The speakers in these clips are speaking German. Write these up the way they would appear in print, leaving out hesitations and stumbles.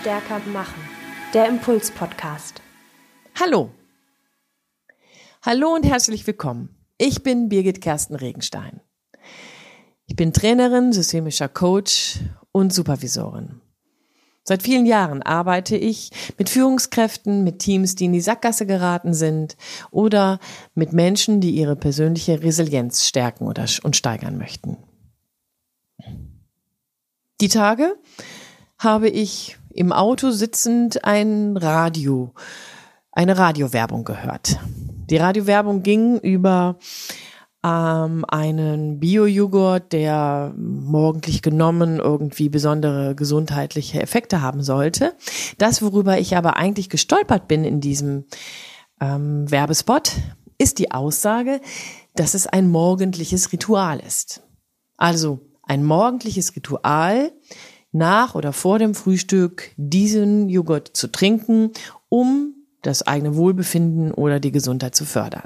stärker machen. Der Impuls-Podcast. Hallo. Hallo und herzlich willkommen. Ich bin Birgit Kersten Regenstein. Ich bin Trainerin, systemischer Coach und Supervisorin. Seit vielen Jahren arbeite ich mit Führungskräften, mit Teams, die in die Sackgasse geraten sind oder mit Menschen, die ihre persönliche Resilienz stärken und steigern möchten. Die Tage habe ich im Auto sitzend eine Radiowerbung gehört. Die Radiowerbung ging über einen Bio-Joghurt, der morgendlich genommen irgendwie besondere gesundheitliche Effekte haben sollte. Das, worüber ich aber eigentlich gestolpert bin in diesem Werbespot, ist die Aussage, dass es ein morgendliches Ritual ist. Also ein morgendliches Ritual, nach oder vor dem Frühstück diesen Joghurt zu trinken, um das eigene Wohlbefinden oder die Gesundheit zu fördern.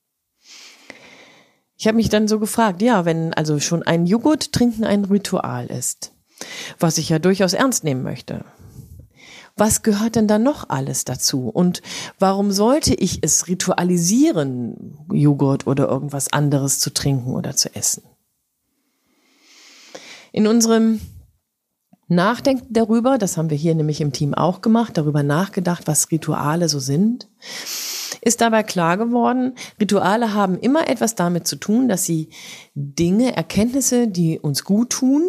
Ich habe mich dann so gefragt, ja, wenn also schon ein Joghurt trinken ein Ritual ist, was ich ja durchaus ernst nehmen möchte, was gehört denn da noch alles dazu? Und warum sollte ich es ritualisieren, Joghurt oder irgendwas anderes zu trinken oder zu essen? In unserem Nachdenken darüber, das haben wir hier nämlich im Team auch gemacht, darüber nachgedacht, was Rituale so sind, ist dabei klar geworden, Rituale haben immer etwas damit zu tun, dass sie Dinge, Erkenntnisse, die uns gut tun,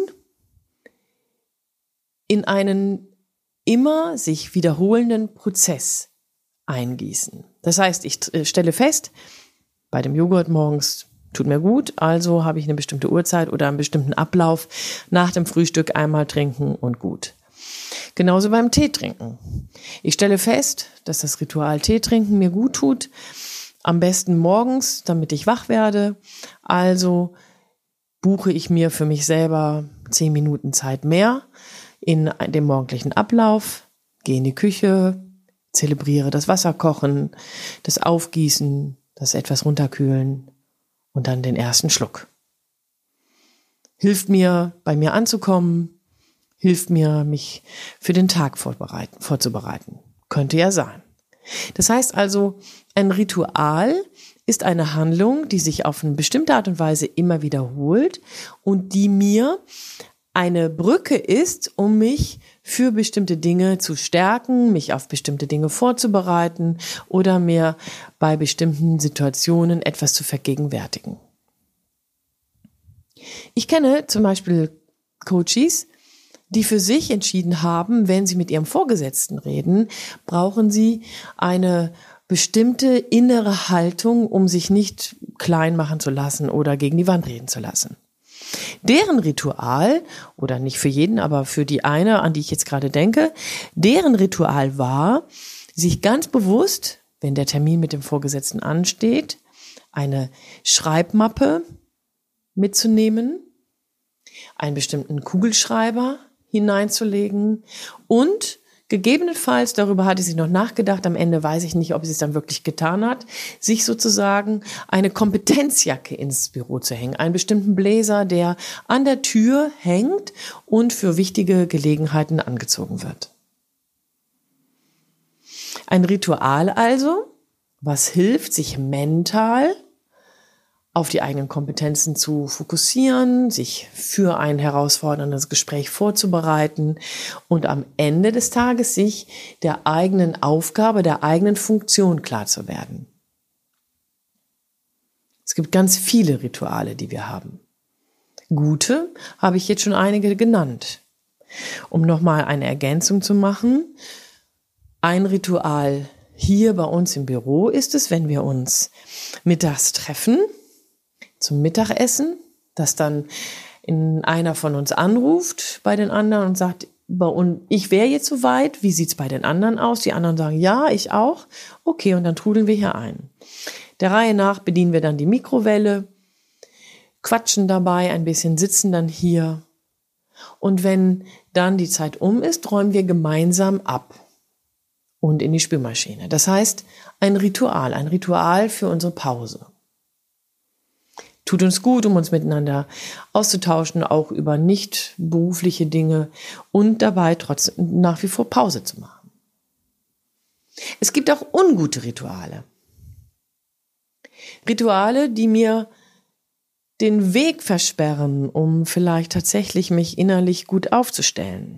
in einen immer sich wiederholenden Prozess eingießen. Das heißt, ich stelle fest, bei dem Joghurt morgens tut mir gut, also habe ich eine bestimmte Uhrzeit oder einen bestimmten Ablauf, nach dem Frühstück einmal trinken und gut. Genauso beim Tee trinken. Ich stelle fest, dass das Ritual Tee trinken mir gut tut, am besten morgens, damit ich wach werde. Also buche ich mir für mich selber 10 Minuten Zeit mehr in dem morgendlichen Ablauf, gehe in die Küche, zelebriere das Wasserkochen, das Aufgießen, das etwas runterkühlen und dann den ersten Schluck. Hilft mir, bei mir anzukommen, hilft mir, mich für den Tag vorzubereiten. Könnte ja sein. Das heißt also, ein Ritual ist eine Handlung, die sich auf eine bestimmte Art und Weise immer wiederholt und die mir eine Brücke ist, um mich für bestimmte Dinge zu stärken, mich auf bestimmte Dinge vorzubereiten oder mir bei bestimmten Situationen etwas zu vergegenwärtigen. Ich kenne zum Beispiel Coaches, die für sich entschieden haben, wenn sie mit ihrem Vorgesetzten reden, brauchen sie eine bestimmte innere Haltung, um sich nicht klein machen zu lassen oder gegen die Wand reden zu lassen. Deren Ritual, oder nicht für jeden, aber für die eine, an die ich jetzt gerade denke, deren Ritual war, sich ganz bewusst, wenn der Termin mit dem Vorgesetzten ansteht, eine Schreibmappe mitzunehmen, einen bestimmten Kugelschreiber hineinzulegen und gegebenenfalls, darüber hatte sie noch nachgedacht, am Ende weiß ich nicht, ob sie es dann wirklich getan hat, sich sozusagen eine Kompetenzjacke ins Büro zu hängen, einen bestimmten Bläser, der an der Tür hängt und für wichtige Gelegenheiten angezogen wird. Ein Ritual also, was hilft, sich mental auf die eigenen Kompetenzen zu fokussieren, sich für ein herausforderndes Gespräch vorzubereiten und am Ende des Tages sich der eigenen Aufgabe, der eigenen Funktion klar zu werden. Es gibt ganz viele Rituale, die wir haben. Gute habe ich jetzt schon einige genannt. Um nochmal eine Ergänzung zu machen, ein Ritual hier bei uns im Büro ist es, wenn wir uns mittags treffen, zum Mittagessen, dass dann einer von uns anruft bei den anderen und sagt, ich wäre jetzt soweit, wie sieht's bei den anderen aus? Die anderen sagen, ja, ich auch. Okay, und dann trudeln wir hier ein. Der Reihe nach bedienen wir dann die Mikrowelle, quatschen dabei ein bisschen, sitzen dann hier. Und wenn dann die Zeit um ist, räumen wir gemeinsam ab und in die Spülmaschine. Das heißt, ein Ritual für unsere Pause. tut uns gut, um uns miteinander auszutauschen, auch über nicht berufliche Dinge und dabei trotzdem nach wie vor Pause zu machen. Es gibt auch ungute Rituale. Rituale, die mir den Weg versperren, um vielleicht tatsächlich mich innerlich gut aufzustellen.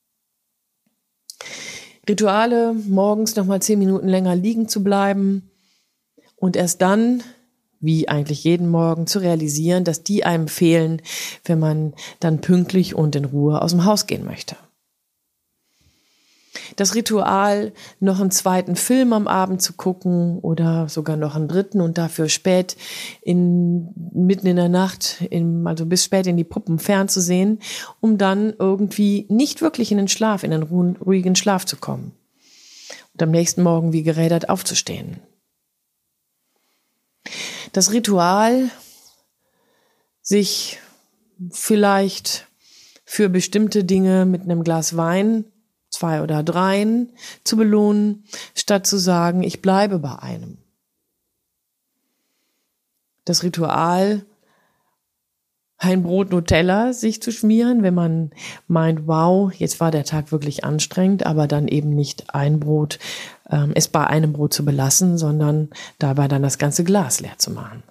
Rituale, morgens nochmal 10 Minuten länger liegen zu bleiben und erst dann, wie eigentlich jeden Morgen, zu realisieren, dass die einem fehlen, wenn man dann pünktlich und in Ruhe aus dem Haus gehen möchte. Das Ritual, noch einen zweiten Film am Abend zu gucken oder sogar noch einen dritten und dafür mitten in der Nacht, also bis spät in die Puppen fernzusehen, um dann irgendwie nicht wirklich in den Schlaf, in den ruhigen Schlaf zu kommen und am nächsten Morgen wie gerädert aufzustehen. Das Ritual, sich vielleicht für bestimmte Dinge mit einem Glas Wein, 2 oder 3, zu belohnen, statt zu sagen, ich bleibe bei einem. Das Ritual, ein Brot Nutella sich zu schmieren, wenn man meint, wow, jetzt war der Tag wirklich anstrengend, aber dann eben nicht es bei einem Brot zu belassen, sondern dabei dann das ganze Glas leer zu machen.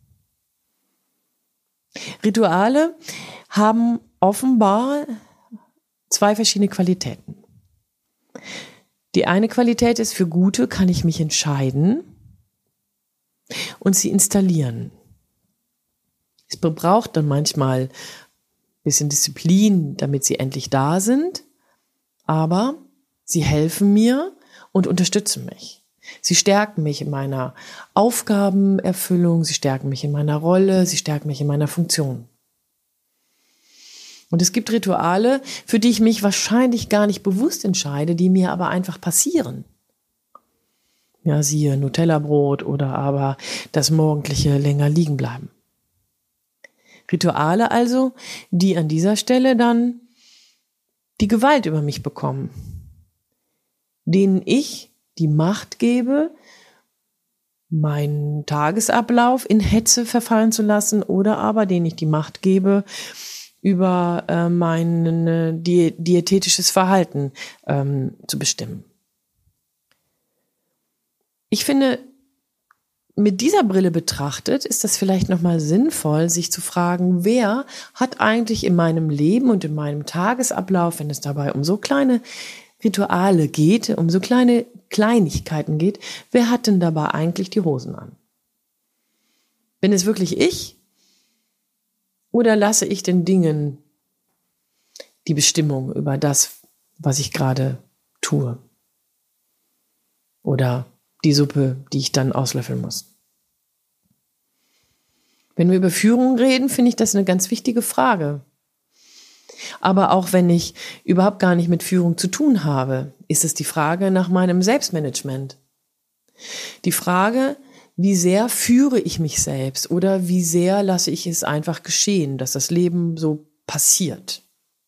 Rituale haben offenbar 2 verschiedene Qualitäten. Die eine Qualität ist, für gute kann ich mich entscheiden und sie installieren. Es braucht dann manchmal ein bisschen Disziplin, damit sie endlich da sind, aber sie helfen mir und unterstützen mich. Sie stärken mich in meiner Aufgabenerfüllung, sie stärken mich in meiner Rolle, sie stärken mich in meiner Funktion. Und es gibt Rituale, für die ich mich wahrscheinlich gar nicht bewusst entscheide, die mir aber einfach passieren. Ja, siehe Nutella-Brot oder aber das morgendliche länger liegen bleiben. Rituale also, die an dieser Stelle dann die Gewalt über mich bekommen, denen ich die Macht gebe, meinen Tagesablauf in Hetze verfallen zu lassen oder aber denen ich die Macht gebe, über mein diätetisches Verhalten zu bestimmen. Ich finde, mit dieser Brille betrachtet, ist das vielleicht nochmal sinnvoll, sich zu fragen, wer hat eigentlich in meinem Leben und in meinem Tagesablauf, wenn es dabei um so kleine Rituale geht, um so kleine Kleinigkeiten geht, wer hat denn dabei eigentlich die Hosen an? Bin es wirklich ich? Oder lasse ich den Dingen die Bestimmung über das, was ich gerade tue? Oder die Suppe, die ich dann auslöffeln muss? Wenn wir über Führung reden, finde ich das eine ganz wichtige Frage. Aber auch wenn ich überhaupt gar nicht mit Führung zu tun habe, ist es die Frage nach meinem Selbstmanagement. Die Frage, wie sehr führe ich mich selbst oder wie sehr lasse ich es einfach geschehen, dass das Leben so passiert.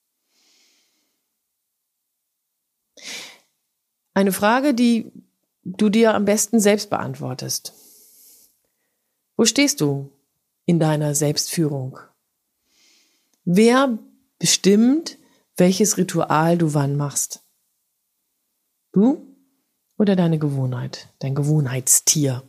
Eine Frage, die du dir am besten selbst beantwortest. Wo stehst du in deiner Selbstführung? Wer bestimmt, welches Ritual du wann machst? Du oder deine Gewohnheit, dein Gewohnheitstier?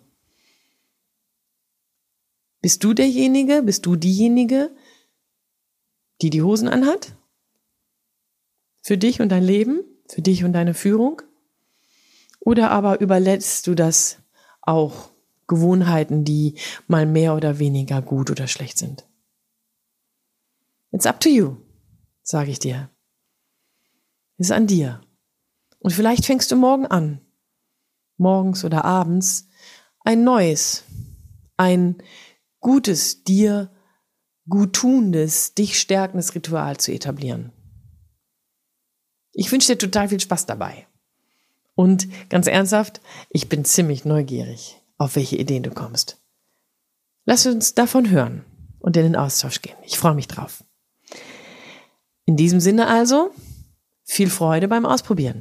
Bist du derjenige, bist du diejenige, die die Hosen anhat? Für dich und dein Leben, für dich und deine Führung? Oder aber überlässt du das auch Gewohnheiten, die mal mehr oder weniger gut oder schlecht sind? It's up to you, sage ich dir. Es ist an dir. Und vielleicht fängst du morgen an, morgens oder abends, ein neues, ein gutes, dir guttunendes, dich stärkendes Ritual zu etablieren. Ich wünsche dir total viel Spaß dabei. Und ganz ernsthaft, ich bin ziemlich neugierig, auf welche Ideen du kommst. Lass uns davon hören und in den Austausch gehen. Ich freue mich drauf. In diesem Sinne also, viel Freude beim Ausprobieren.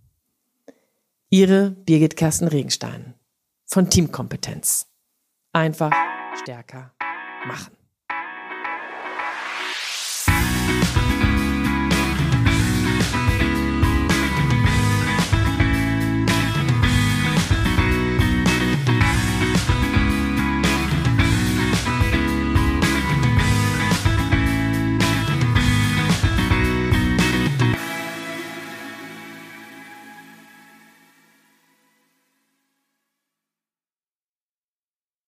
Ihre Birgit Kersten Regenstein von Teamkompetenz. Einfach, stärker, machen.